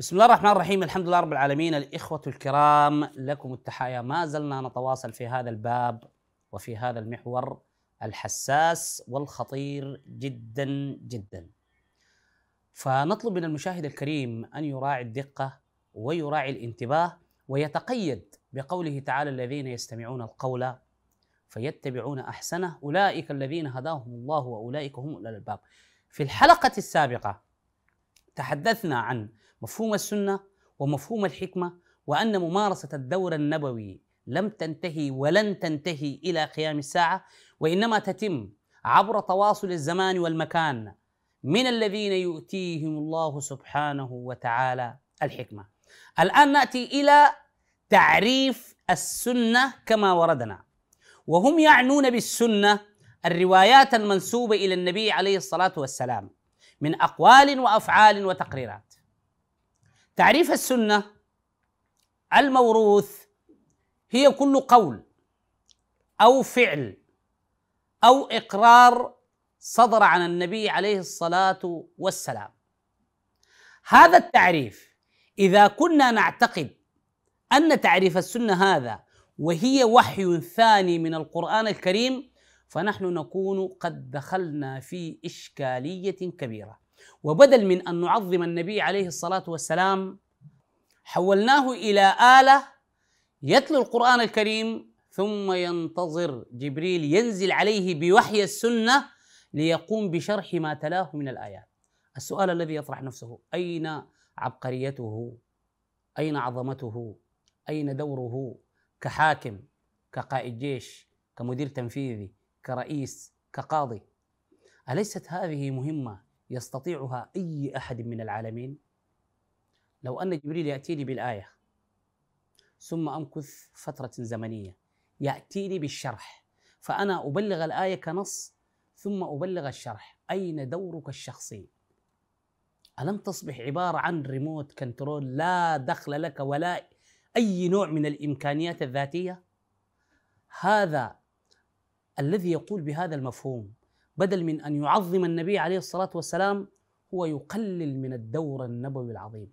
بسم الله الرحمن الرحيم. الحمد لله رب العالمين. الإخوة الكرام، لكم التحايا. ما زلنا نتواصل في هذا الباب وفي هذا المحور الحساس والخطير جدا جدا. فنطلب من المشاهد الكريم أن يراعي الدقة ويراعي الانتباه ويتقيد بقوله تعالى: الذين يستمعون القول فيتبعون أحسنه أولئك الذين هداهم الله وأولئك هم أولو الألباب. في الحلقة السابقة تحدثنا عن مفهوم السنة ومفهوم الحكمة، وأن ممارسة الدور النبوي لم تنتهي ولن تنتهي إلى قيام الساعة، وإنما تتم عبر تواصل الزمان والمكان من الذين يؤتيهم الله سبحانه وتعالى الحكمة. الآن نأتي إلى تعريف السنة كما وردنا، وهم يعنون بالسنة الروايات المنسوبة إلى النبي عليه الصلاة والسلام من أقوال وأفعال وتقريرات. تعريف السنة الموروث هي كل قول أو فعل أو إقرار صدر عن النبي عليه الصلاة والسلام. هذا التعريف إذا كنا نعتقد أن تعريف السنة هذا وهي وحي ثاني من القرآن الكريم، فنحن نكون قد دخلنا في إشكالية كبيرة. وبدل من أن نعظم النبي عليه الصلاة والسلام حولناه إلى آلة يتلو القرآن الكريم ثم ينتظر جبريل ينزل عليه بوحي السنة ليقوم بشرح ما تلاه من الآيات. السؤال الذي يطرح نفسه: أين عبقريته؟ أين عظمته؟ أين دوره كحاكم، كقائد جيش، كمدير تنفيذي، كرئيس، كقاضي؟ أليست هذه مهمة يستطيعها أي أحد من العالمين؟ لو أن جبريل يأتيني بالآية ثم أمكث فترة زمنية يأتيني بالشرح، فأنا أبلغ الآية كنص ثم أبلغ الشرح، أين دورك الشخصي؟ ألم تصبح عبارة عن ريموت كنترول لا دخل لك ولا أي نوع من الإمكانيات الذاتية؟ هذا الذي يقول بهذا المفهوم بدل من أن يعظم النبي عليه الصلاة والسلام هو يقلل من الدور النبوي العظيم،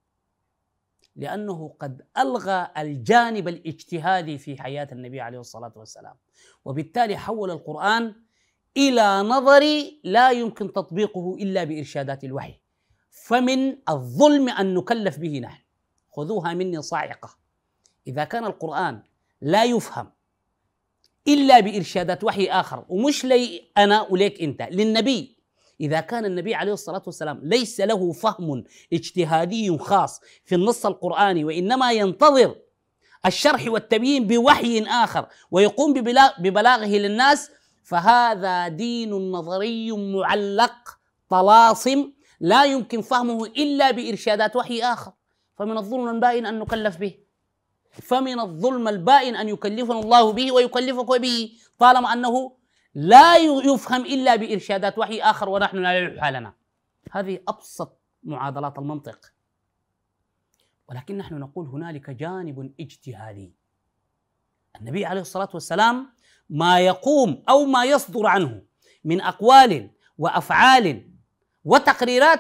لأنه قد ألغى الجانب الاجتهادي في حياة النبي عليه الصلاة والسلام، وبالتالي حول القرآن إلى نظري لا يمكن تطبيقه إلا بإرشادات الوحي. فمن الظلم أن نكلف به نحن. خذوها مني صاعقة: إذا كان القرآن لا يفهم إلا بإرشادات وحي آخر، ومش لي أنا وليك أنت، للنبي، إذا كان النبي عليه الصلاة والسلام ليس له فهم اجتهادي خاص في النص القرآني وإنما ينتظر الشرح والتبيين بوحي آخر ويقوم ببلاغه للناس، فهذا دين نظري معلق طلاسم لا يمكن فهمه إلا بإرشادات وحي آخر. فمن الظلم البائن أن نكلف به، فمن الظلم البائن أن يكلفنا الله به ويكلفك به طالما أنه لا يفهم إلا بإرشادات وحي آخر ونحن لا يلح حالنا. هذه أبسط معادلات المنطق. ولكن نحن نقول هنالك جانب اجتهادي. النبي عليه الصلاة والسلام ما يقوم أو ما يصدر عنه من أقوال وأفعال وتقريرات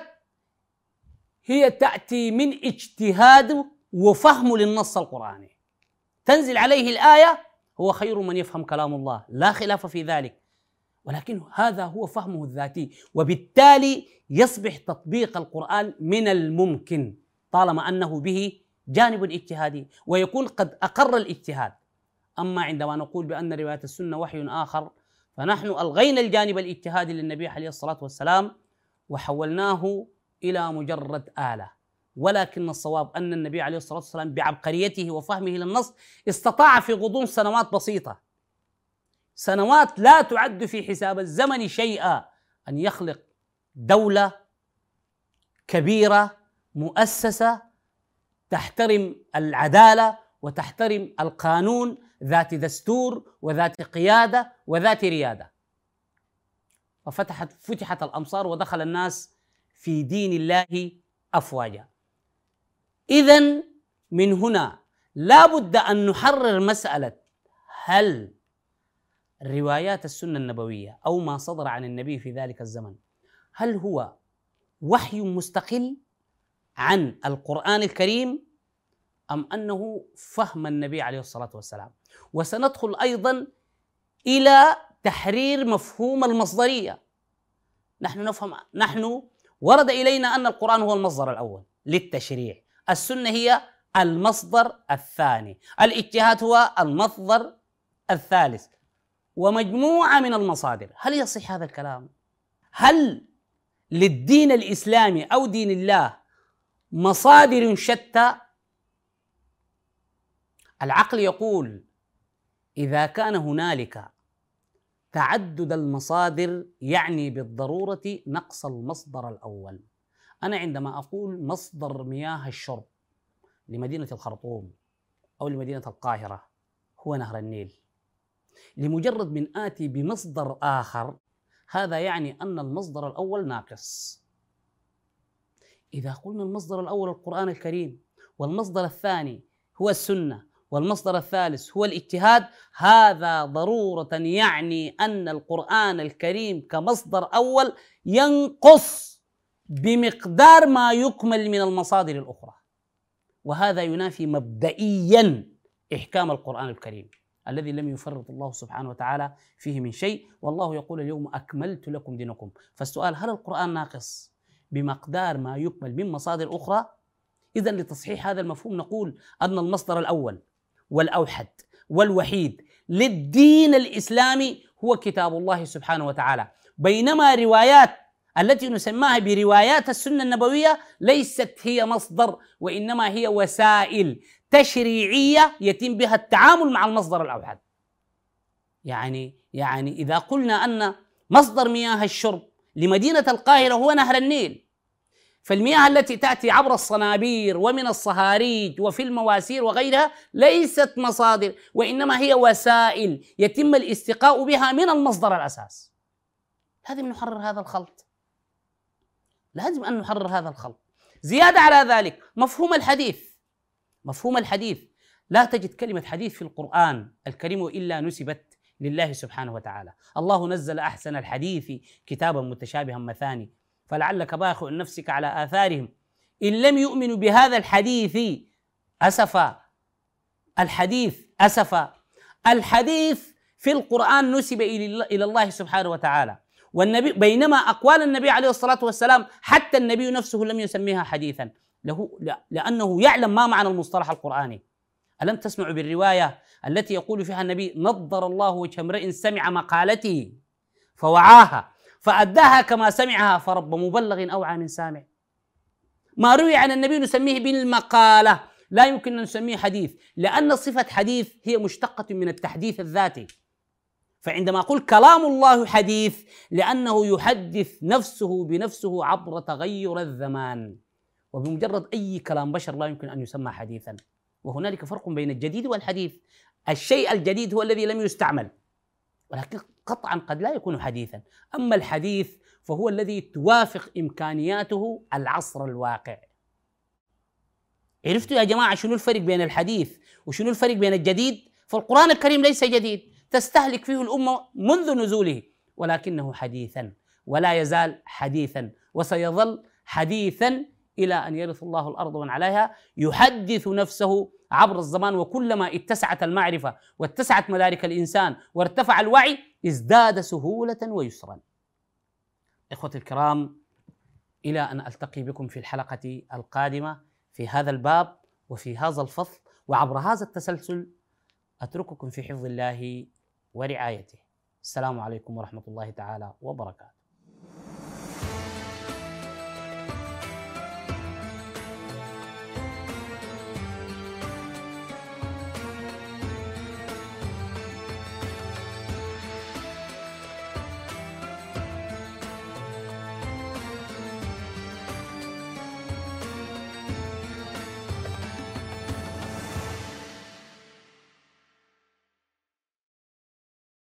هي تأتي من اجتهاد وفهم للنص القرآني. تنزل عليه الآية، هو خير من يفهم كلام الله، لا خلاف في ذلك، ولكن هذا هو فهمه الذاتي، وبالتالي يصبح تطبيق القرآن من الممكن طالما أنه به جانب اجتهادي ويكون قد أقر الاجتهاد. أما عندما نقول بأن رواية السنة وحي آخر، فنحن ألغينا الجانب الاجتهادي للنبي عليه الصلاة والسلام وحولناه إلى مجرد آلة. ولكن الصواب أن النبي عليه الصلاة والسلام بعبقريته وفهمه للنص استطاع في غضون سنوات بسيطة، سنوات لا تعد في حساب الزمن شيئا، أن يخلق دولة كبيرة مؤسسة تحترم العدالة وتحترم القانون، ذات دستور وذات قيادة وذات ريادة. فتحت الأمصار ودخل الناس في دين الله أفواجا. إذن من هنا لا بد أن نحرر مسألة: هل روايات السنة النبوية أو ما صدر عن النبي في ذلك الزمن هل هو وحي مستقل عن القرآن الكريم أم أنه فهم النبي عليه الصلاة والسلام؟ وسندخل أيضا إلى تحرير مفهوم المصدرية. نحن ورد إلينا أن القرآن هو المصدر الأول للتشريع، السنة هي المصدر الثاني، الاجتهاد هو المصدر الثالث، ومجموعة من المصادر. هل يصح هذا الكلام؟ هل للدين الإسلامي أو دين الله مصادر شتى؟ العقل يقول إذا كان هنالك تعدد المصادر يعني بالضرورة نقص المصدر الأول. أنا عندما أقول مصدر مياه الشرب لمدينة الخرطوم أو لمدينة القاهرة هو نهر النيل، لمجرد من آتي بمصدر آخر هذا يعني أن المصدر الأول ناقص. إذا قلنا المصدر الأول القرآن الكريم، والمصدر الثاني هو السنة، والمصدر الثالث هو الاجتهاد، هذا ضرورة يعني أن القرآن الكريم كمصدر أول ينقص بمقدار ما يكمل من المصادر الأخرى، وهذا ينافي مبدئيا إحكام القرآن الكريم الذي لم يفرط الله سبحانه وتعالى فيه من شيء، والله يقول اليوم أكملت لكم دينكم. فالسؤال هل القرآن ناقص بمقدار ما يكمل من مصادر أخرى؟ إذن لتصحيح هذا المفهوم نقول أن المصدر الأول والأوحد والوحيد للدين الإسلامي هو كتاب الله سبحانه وتعالى، بينما روايات التي نسماها بروايات السنة النبوية ليست هي مصدر، وإنما هي وسائل تشريعية يتم بها التعامل مع المصدر الأوحد. يعني إذا قلنا أن مصدر مياه الشرب لمدينة القاهرة هو نهر النيل، فالمياه التي تأتي عبر الصنابير ومن الصهاريج وفي المواسير وغيرها ليست مصادر، وإنما هي وسائل يتم الاستقاء بها من المصدر الأساس. لازم نحرر هذا الخلط، لازم أن نحرر هذا الخلط. زيادة على ذلك مفهوم الحديث لا تجد كلمة حديث في القرآن الكريم إلا نسبت لله سبحانه وتعالى. الله نزل أحسن الحديث كتابا متشابها مثاني فلعلك باخع نفسك على آثارهم إن لم يؤمنوا بهذا الحديث أسفا. الحديث في القرآن نسب إلى الله سبحانه وتعالى، والنبي بينما أقوال النبي عليه الصلاة والسلام حتى النبي نفسه لم يسميها حديثا لأنه يعلم ما معنى المصطلح القرآني. ألم تسمعوا بالرواية التي يقول فيها النبي نضر الله وجه امرئ سمع مقالته فوعاها فأداها كما سمعها فرب مبلغ أوعى من سامع؟ ما روي عن النبي نسميه بالمقالة، لا يمكن أن نسميه حديث، لأن صفة حديث هي مشتقة من التحديث الذاتي. فعندما أقول كلام الله حديث لأنه يحدث نفسه بنفسه عبر تغير الزمان، وبمجرد أي كلام بشر لا يمكن أن يسمى حديثا. وهنالك فرق بين الجديد والحديث. الشيء الجديد هو الذي لم يستعمل، ولكن قطعا قد لا يكون حديثا. أما الحديث فهو الذي توافق إمكانياته العصر الواقع. عرفتوا يا جماعة شنو الفرق بين الحديث وشنو الفرق بين الجديد؟ فالقرآن الكريم ليس جديد تستهلك فيه الأمة منذ نزوله، ولكنه حديثا ولا يزال حديثا وسيظل حديثا إلى أن يرث الله الأرض ومن عليها، يحدث نفسه عبر الزمان. وكلما اتسعت المعرفة واتسعت مدارك الإنسان وارتفع الوعي ازداد سهولة ويسرا. إخوتي الكرام، إلى أن ألتقي بكم في الحلقة القادمة في هذا الباب وفي هذا الفصل وعبر هذا التسلسل، أترككم في حفظ الله ورعايته. السلام عليكم ورحمة الله تعالى وبركاته.